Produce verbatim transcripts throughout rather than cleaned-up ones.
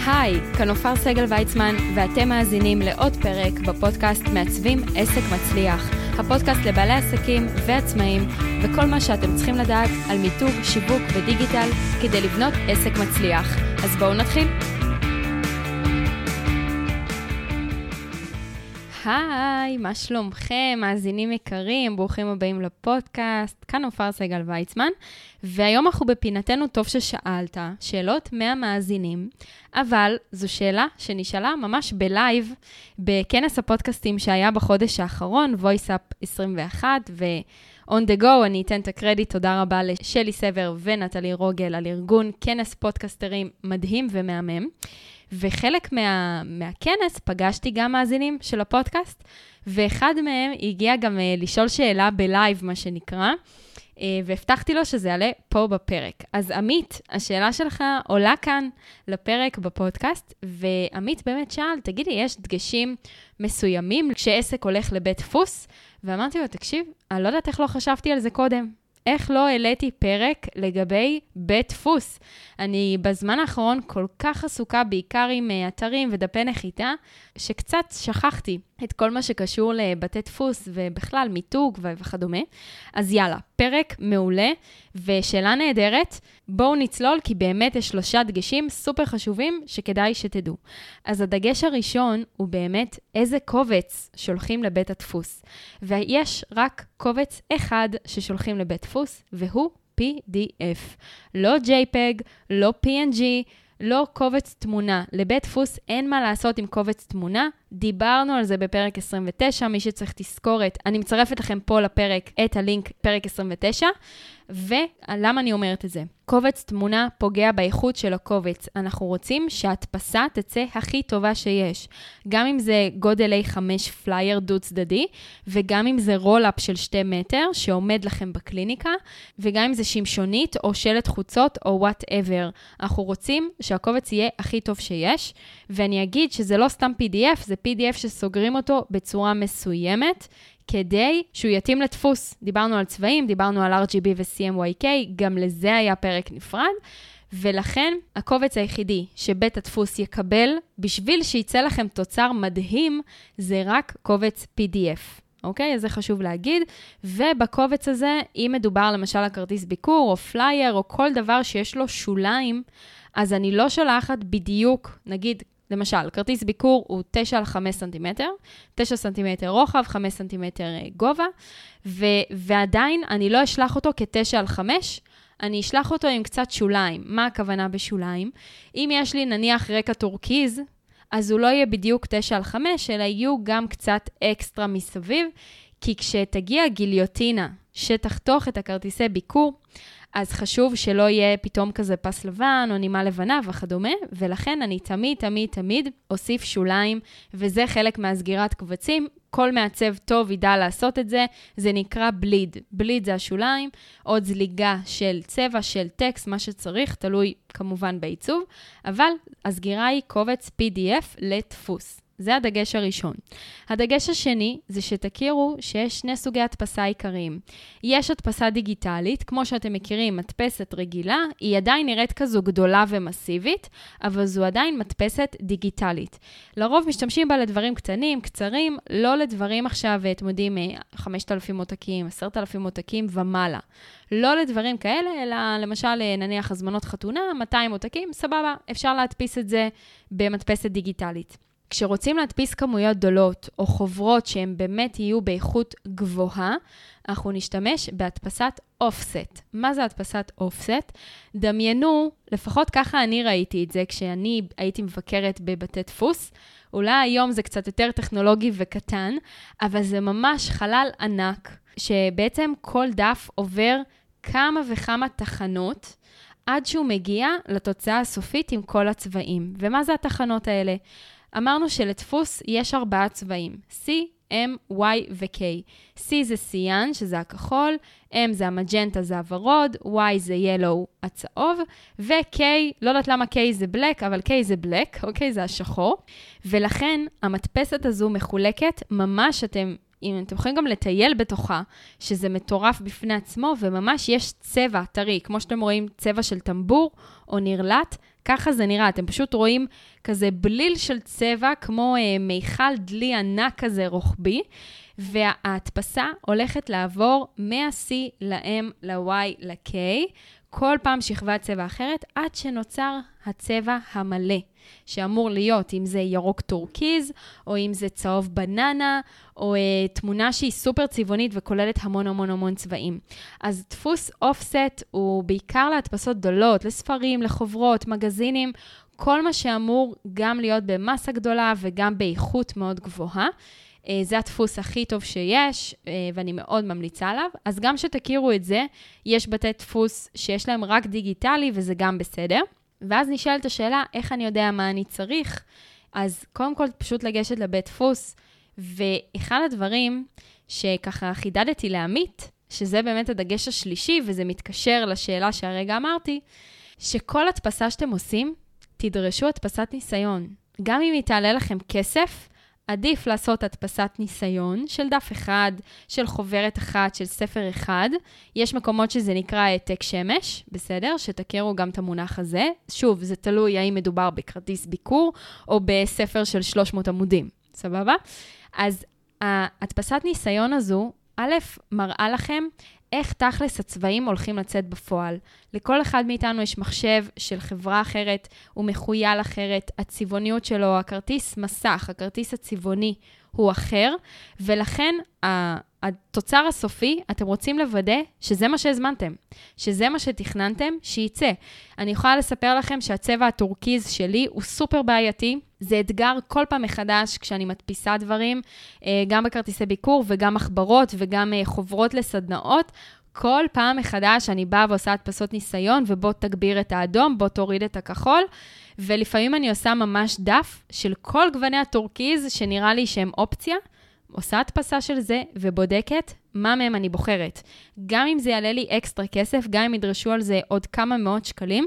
היי, כאן עופר סגל ויצמן, ואתם מאזינים לעוד פרק בפודקאסט מעצבים עסק מצליח. הפודקאסט לבעלי עסקים ועצמאים, וכל מה שאתם צריכים לדעת על מיתוג, שיווק ודיגיטל כדי לבנות עסק מצליח. אז בואו נתחיל. היי, מה שלומכם? מאזינים יקרים, ברוכים הבאים לפודקאסט. כאן עופר סגל ויצמן, והיום אנחנו בפינתנו טוב ששאלת, שאלות מהמאזינים, אבל זו שאלה שנשאלה ממש בלייב, בכנס הפודקאסטים שהיה בחודש האחרון, VoiceUp עשרים ואחת, ו-On the Go, אני אתן את הקרדיט, תודה רבה לשלי סבר ונטלי רוגל על ארגון כנס פודקסטרים מדהים ומהמם. וחלק מה, מהכנס פגשתי גם מאזינים של הפודקאסט, ואחד מהם הגיע גם לשאול שאלה בלייב, מה שנקרא, והבטחתי לו שזה יעלה פה בפרק. אז עמית, השאלה שלך עולה כאן לפרק בפודקאסט, ועמית באמת שאל, תגידי, יש דגשים מסוימים כשעסק הולך לבית דפוס? ואמרתי לו, תקשיב, אני לא יודעת איך לא חשבתי על זה קודם. איך לא העליתי פרק לגבי בית דפוס? אני בזמן האחרון כל כך עסוקה בעיקר עם אתרים ודפי נחיתה, שקצת שכחתי את כל מה שקשור לבתי דפוס ובכלל מיתוג וכדומה. אז יאללה, פרק מעולה ושאלה נהדרת. בואו נצלול כי באמת יש שלושה דגשים סופר חשובים שכדאי שתדעו. אז הדגש הראשון הוא באמת איזה קובץ שולחים לבית הדפוס. ויש רק קובץ אחד ששולחים לבית דפוס והוא פי די אף. לא ג'יי פי ג', לא פי אן ג'י, לא קובץ תמונה. לבית דפוס אין מה לעשות עם קובץ תמונה. דיברנו על זה בפרק עשרים ותשע, מי שצריך תזכורת. אני מצרפת לכם פה לפרק את הלינק פרק עשרים ותשע. ולמה אני אומרת את זה? קובץ תמונה פוגע באיכות של הקובץ. אנחנו רוצים שההדפסה תצא הכי טובה שיש. גם אם זה גודל איי חמש פלייר דו צדדי, וגם אם זה רולאפ של שתי מטר שעומד לכם בקליניקה, וגם אם זה שמשונית או שלט חוצות או whatever. אנחנו רוצים שהקובץ יהיה הכי טוב שיש, ואני אגיד שזה לא סתם פי די אף, זה פי די אף שסוגרים אותו בצורה מסוימת, כדי שהוא יתאים לדפוס. דיברנו על צבעים, דיברנו על אר ג'י בי ו-סי אם וואי קיי, גם לזה היה פרק נפרד, ולכן הקובץ היחידי שבית הדפוס יקבל, בשביל שיצא לכם תוצר מדהים, זה רק קובץ פי די אף. אוקיי? אז זה חשוב להגיד, ובקובץ הזה, אם מדובר למשל על כרטיס ביקור, או פלייר, או כל דבר שיש לו שוליים, אז אני לא שולחת בדיוק, נגיד, למשל, כרטיס ביקור הוא תשע על חמש סנטימטר, תשע סנטימטר רוחב, חמש סנטימטר גובה, ו- ועדיין אני לא אשלח אותו כ-תשע על חמש, אני אשלח אותו עם קצת שוליים. מה הכוונה בשוליים? אם יש לי נניח רקע טורקיז, אז הוא לא יהיה בדיוק תשע על חמש, אלא יהיו גם קצת אקסטרה מסביב, כי כשתגיע גיליוטינה שתחתוך את הכרטיסי ביקור, אז חשוב שלא יהיה פתאום כזה פס לבן או נימה לבנה וכדומה, ולכן אני תמיד, תמיד, תמיד אוסיף שוליים, וזה חלק מהסגירת קבצים. כל מעצב טוב ידע לעשות את זה, זה נקרא בליד. בליד זה השוליים, עוד זליגה של צבע, של טקסט, מה שצריך, תלוי כמובן בעיצוב, אבל הסגירה היא קובץ פי די אף לדפוס. זה הדגש הראשון. הדגש השני זה שתכירו שיש שני סוגי הדפסה עיקריים. יש הדפסה דיגיטלית, כמו שאתם מכירים, מדפסת רגילה, היא עדיין נראית כזו גדולה ומסיבית, אבל זו עדיין מדפסת דיגיטלית. לרוב משתמשים בה לדברים קטנים, קצרים, לא לדברים עכשיו, אתם יודעים, חמשת אלפים עותקים, עשרת אלפים עותקים ומעלה. לא לדברים כאלה, אלא למשל נניח הזמנות חתונה, מאתיים עותקים, סבבה, אפשר להדפיס את זה במדפסת דיגיטלית. כשרוצים להדפיס כמויות גדולות או חוברות שהן באמת יהיו באיכות גבוהה, אנחנו נשתמש בהדפסת אופסט. מה זה הדפסת אופסט? דמיינו, לפחות ככה אני ראיתי את זה כשאני הייתי מבקרת בבתי דפוס. אולי היום זה קצת יותר טכנולוגי וקטן, אבל זה ממש חלל ענק, שבעצם כל דף עובר כמה וכמה תחנות, עד שהוא מגיע לתוצאה הסופית עם כל הצבעים. ומה זה התחנות האלה? אמרנו שלדפוס יש ארבעה צבעים, C, M, Y ו-K. C זה סיאן, שזה הכחול, M זה המג'נטה, זה הוורוד, Y זה ילו, הצהוב, ו-K, לא יודעת למה K זה בלק, אבל K זה בלק, אוקיי, זה השחור. ולכן המדפסת הזו מחולקת, ממש אתם, אם אתם יכולים גם לטייל בתוכה, שזה מטורף בפני עצמו, וממש יש צבע טרי, כמו שאתם רואים, צבע של טמבור או נרלט, ככה זה נראה, אתם פשוט רואים כזה בליל של צבע, כמו אה, מיכל דלי ענק כזה רוחבי, וההדפסה הולכת לעבור מה-C ל-M, ל-Y, ל-K, כל פעם שכבת צבע אחרת, עד שנוצר הצבע המלא, שאמור להיות, אם זה ירוק טורקיז, או אם זה צהוב בננה, או אה, תמונה שהיא סופר צבעונית וכוללת המון המון המון צבעים. אז דפוס אופסט הוא בעיקר להדפסות גדולות, לספרים, לחוברות, מגזינים, כל מה שאמור גם להיות במסה גדולה וגם באיכות מאוד גבוהה. זה הדפוס הכי טוב שיש, ואני מאוד ממליצה עליו. אז גם שתכירו את זה, יש בתי דפוס שיש להם רק דיגיטלי, וזה גם בסדר. ואז נשאלת השאלה, איך אני יודע מה אני צריך? אז קודם כל, פשוט לגשת לבית דפוס, ואחד הדברים שככה חידדתי לעמית, שזה באמת הדגש השלישי, וזה מתקשר לשאלה שהרגע אמרתי, שכל הדפסה שאתם עושים, תדרשו הדפסת ניסיון. גם אם היא תעלה לכם כסף, עדיף לעשות הדפסת ניסיון של דף אחד, של חוברת אחת, של ספר אחד. יש מקומות שזה נקרא העתק שמש, בסדר? שתכירו גם את המונח הזה. שוב, זה תלוי האם מדובר בכרטיס ביקור, או בספר של שלוש מאות עמודים. סבבה? אז ההדפסת ניסיון הזו, א', מראה לכם איך תכלס הצבעים הולכים לצאת בפועל. לכל אחד מאיתנו יש מחשב של חברה אחרת, הוא מחויל אחרת, הצבעוניות שלו, הכרטיס מסך, הכרטיס הצבעוני הוא אחר, ולכן התוצר הסופי, אתם רוצים לוודא שזה מה שהזמנתם, שזה מה שתכננתם, שייצא. אני יכולה לספר לכם שהצבע הטורקיז שלי הוא סופר בעייתי, זה אתגר כל פעם מחדש כשאני מדפיסה דברים, גם בכרטיסי ביקור וגם מחברות וגם חוברות לסדנאות, כל פעם מחדש אני באה ועושה הדפסות ניסיון, ובוא תגביר את האדום, בוא תוריד את הכחול, ולפעמים אני עושה ממש דף של כל גווני הטורקיז שנראה לי שהם אופציה, עושה הדפסה של זה ובודקת מה מהם אני בוחרת. גם אם זה יעלה לי אקסטרה כסף, גם אם ידרשו על זה עוד כמה מאות שקלים,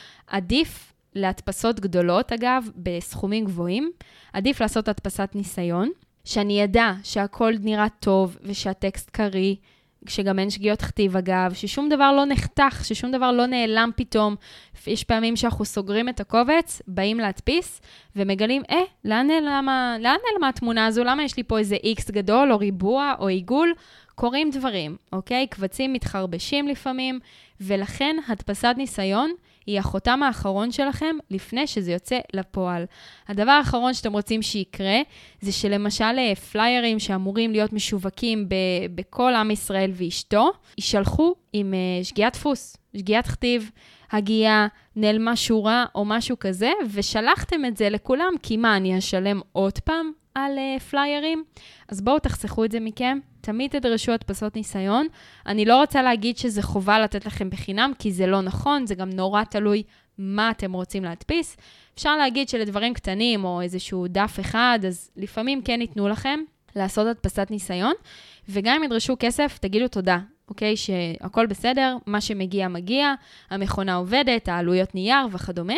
עדיף להדפסות גדולות, אגב, בסכומים גבוהים, עדיף לעשות הדפסת ניסיון, שאני ידע שהכל נראה טוב ושהטקסט קריא, שגם אין שגיאות כתיב אגב, ששום דבר לא נחתך, ששום דבר לא נעלם פתאום. יש פעמים שאנחנו סוגרים את הקובץ, באים להדפיס, ומגלים, אה, לאן נעלמה, לאן נעלמה התמונה הזו? למה יש לי פה איזה X גדול, או ריבוע, או עיגול? קוראים דברים, אוקיי? קבצים מתחרבשים לפעמים, ולכן הדפסת ניסיון היא החותם האחרון שלכם לפני שזה יוצא לפועל. הדבר האחרון שאתם רוצים שיקרה, זה שלמשל פליירים שאמורים להיות משווקים ב- בכל עם ישראל ואשתו, יישלחו עם uh, שגיאת דפוס, שגיאת כתיב, הגיעה, נעלמה שורה או משהו כזה, ושלחתם את זה לכולם, כי מה, אני אשלם עוד פעם על uh, פליירים? אז בואו תחסכו את זה מכם. תמיד תדרשו הדפסות ניסיון. אני לא רוצה להגיד שזה חובה לתת לכם בחינם, כי זה לא נכון, זה גם נורא תלוי מה אתם רוצים להדפיס. אפשר להגיד שלדברים קטנים או איזשהו דף אחד, אז לפעמים כן ייתנו לכם לעשות הדפסת ניסיון, וגם אם ידרשו כסף, תגידו תודה, אוקיי? שהכל בסדר, מה שמגיע מגיע, המכונה עובדת, העלויות נייר וכדומה.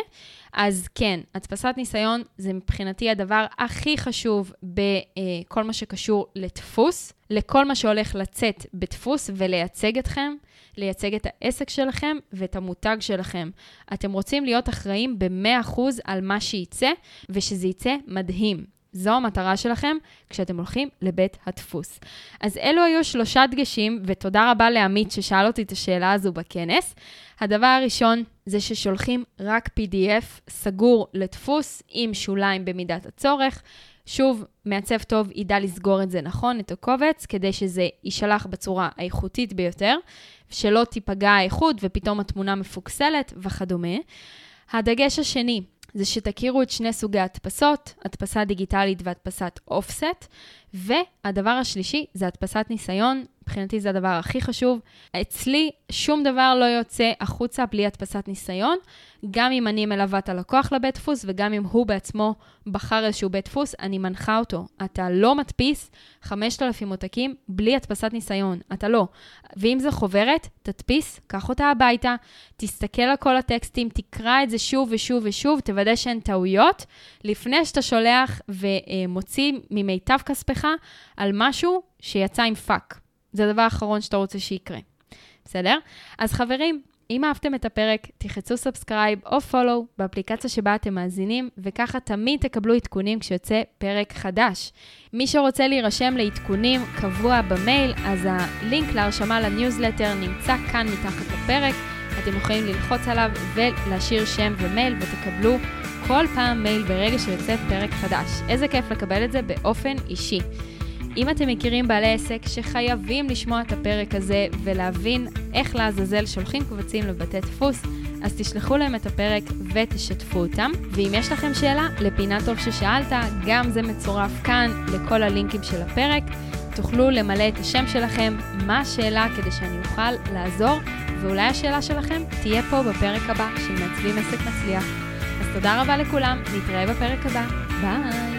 אז כן, הדפסת ניסיון זה מבחינתי הדבר הכי חשוב בכל מה שקשור לדפוס, לכל מה שהולך לצאת בדפוס ולייצג אתכם, לייצג את העסק שלכם ואת המותג שלכם. אתם רוצים להיות אחראים ב-מאה אחוז על מה שייצא, ושזה ייצא מדהים. זו המטרה שלכם כשאתם הולכים לבית הדפוס. אז אלו היו שלושה דגשים, ותודה רבה לעמית ששאל אותי את השאלה הזו בכנס. הדבר הראשון זה ששולחים רק פי די אף סגור לדפוס עם שוליים במידת הצורך. שוב, מעצב טוב ידע לסגור את זה נכון, את הקובץ, כדי שזה יישלח בצורה האיכותית ביותר, שלא תיפגע האיכות ופתאום התמונה מפוקסלת וכדומה. הדגש השני, זה שתכירו את שני סוגי הדפסות, הדפסה דיגיטלית והדפסת אופסט, והדבר השלישי זה הדפסת ניסיון, מבחינתי זה הדבר הכי חשוב. אצלי שום דבר לא יוצא החוצה בלי הדפסת ניסיון, גם אם אני מלווה את הלקוח לבית דפוס, וגם אם הוא בעצמו בחר איזשהו בית דפוס, אני מנחה אותו. אתה לא מדפיס חמשת אלפים עותקים בלי הדפסת ניסיון, אתה לא. ואם זה חוברת, תדפיס, קח אותה הביתה, תסתכל על כל הטקסטים, תקרא את זה שוב ושוב ושוב, תוודא שאין טעויות, לפני שאתה שולח ומוציא ממיטב כספך על משהו שיצא עם פאק. זה הדבר האחרון שאתה רוצה שיקרה. בסדר? אז חברים, אם אהבתם את הפרק, תחצו סאבסקרייב או פולו באפליקציה שבה אתם מאזינים, וככה תמיד תקבלו עדכונים כשיוצא פרק חדש. מי שרוצה להירשם לעדכונים קבוע במייל, אז הלינק להרשמה לניוזלטר נמצא כאן מתחת לפרק. אתם יכולים ללחוץ עליו ולהשאיר שם ומייל ותקבלו כל פעם מייל ברגע שיוצא פרק חדש. איזה כיף לקבל את זה באופן אישי. אם אתם מכירים בעלי עסק שחייבים לשמוע את הפרק הזה ולהבין איך לעזאזל שולחים קבצים לבתי דפוס, אז תשלחו להם את הפרק ותשתפו אותם. ואם יש לכם שאלה לפינה טוב ששאלת, גם זה מצורף כאן לכל הלינקים של הפרק. תוכלו למלא את השם שלכם, מה השאלה כדי שאני אוכל לעזור, ואולי השאלה שלכם תהיה פה בפרק הבא של מעצבים עסק מצליח. אז תודה רבה לכולם, נתראה בפרק הבא. ביי!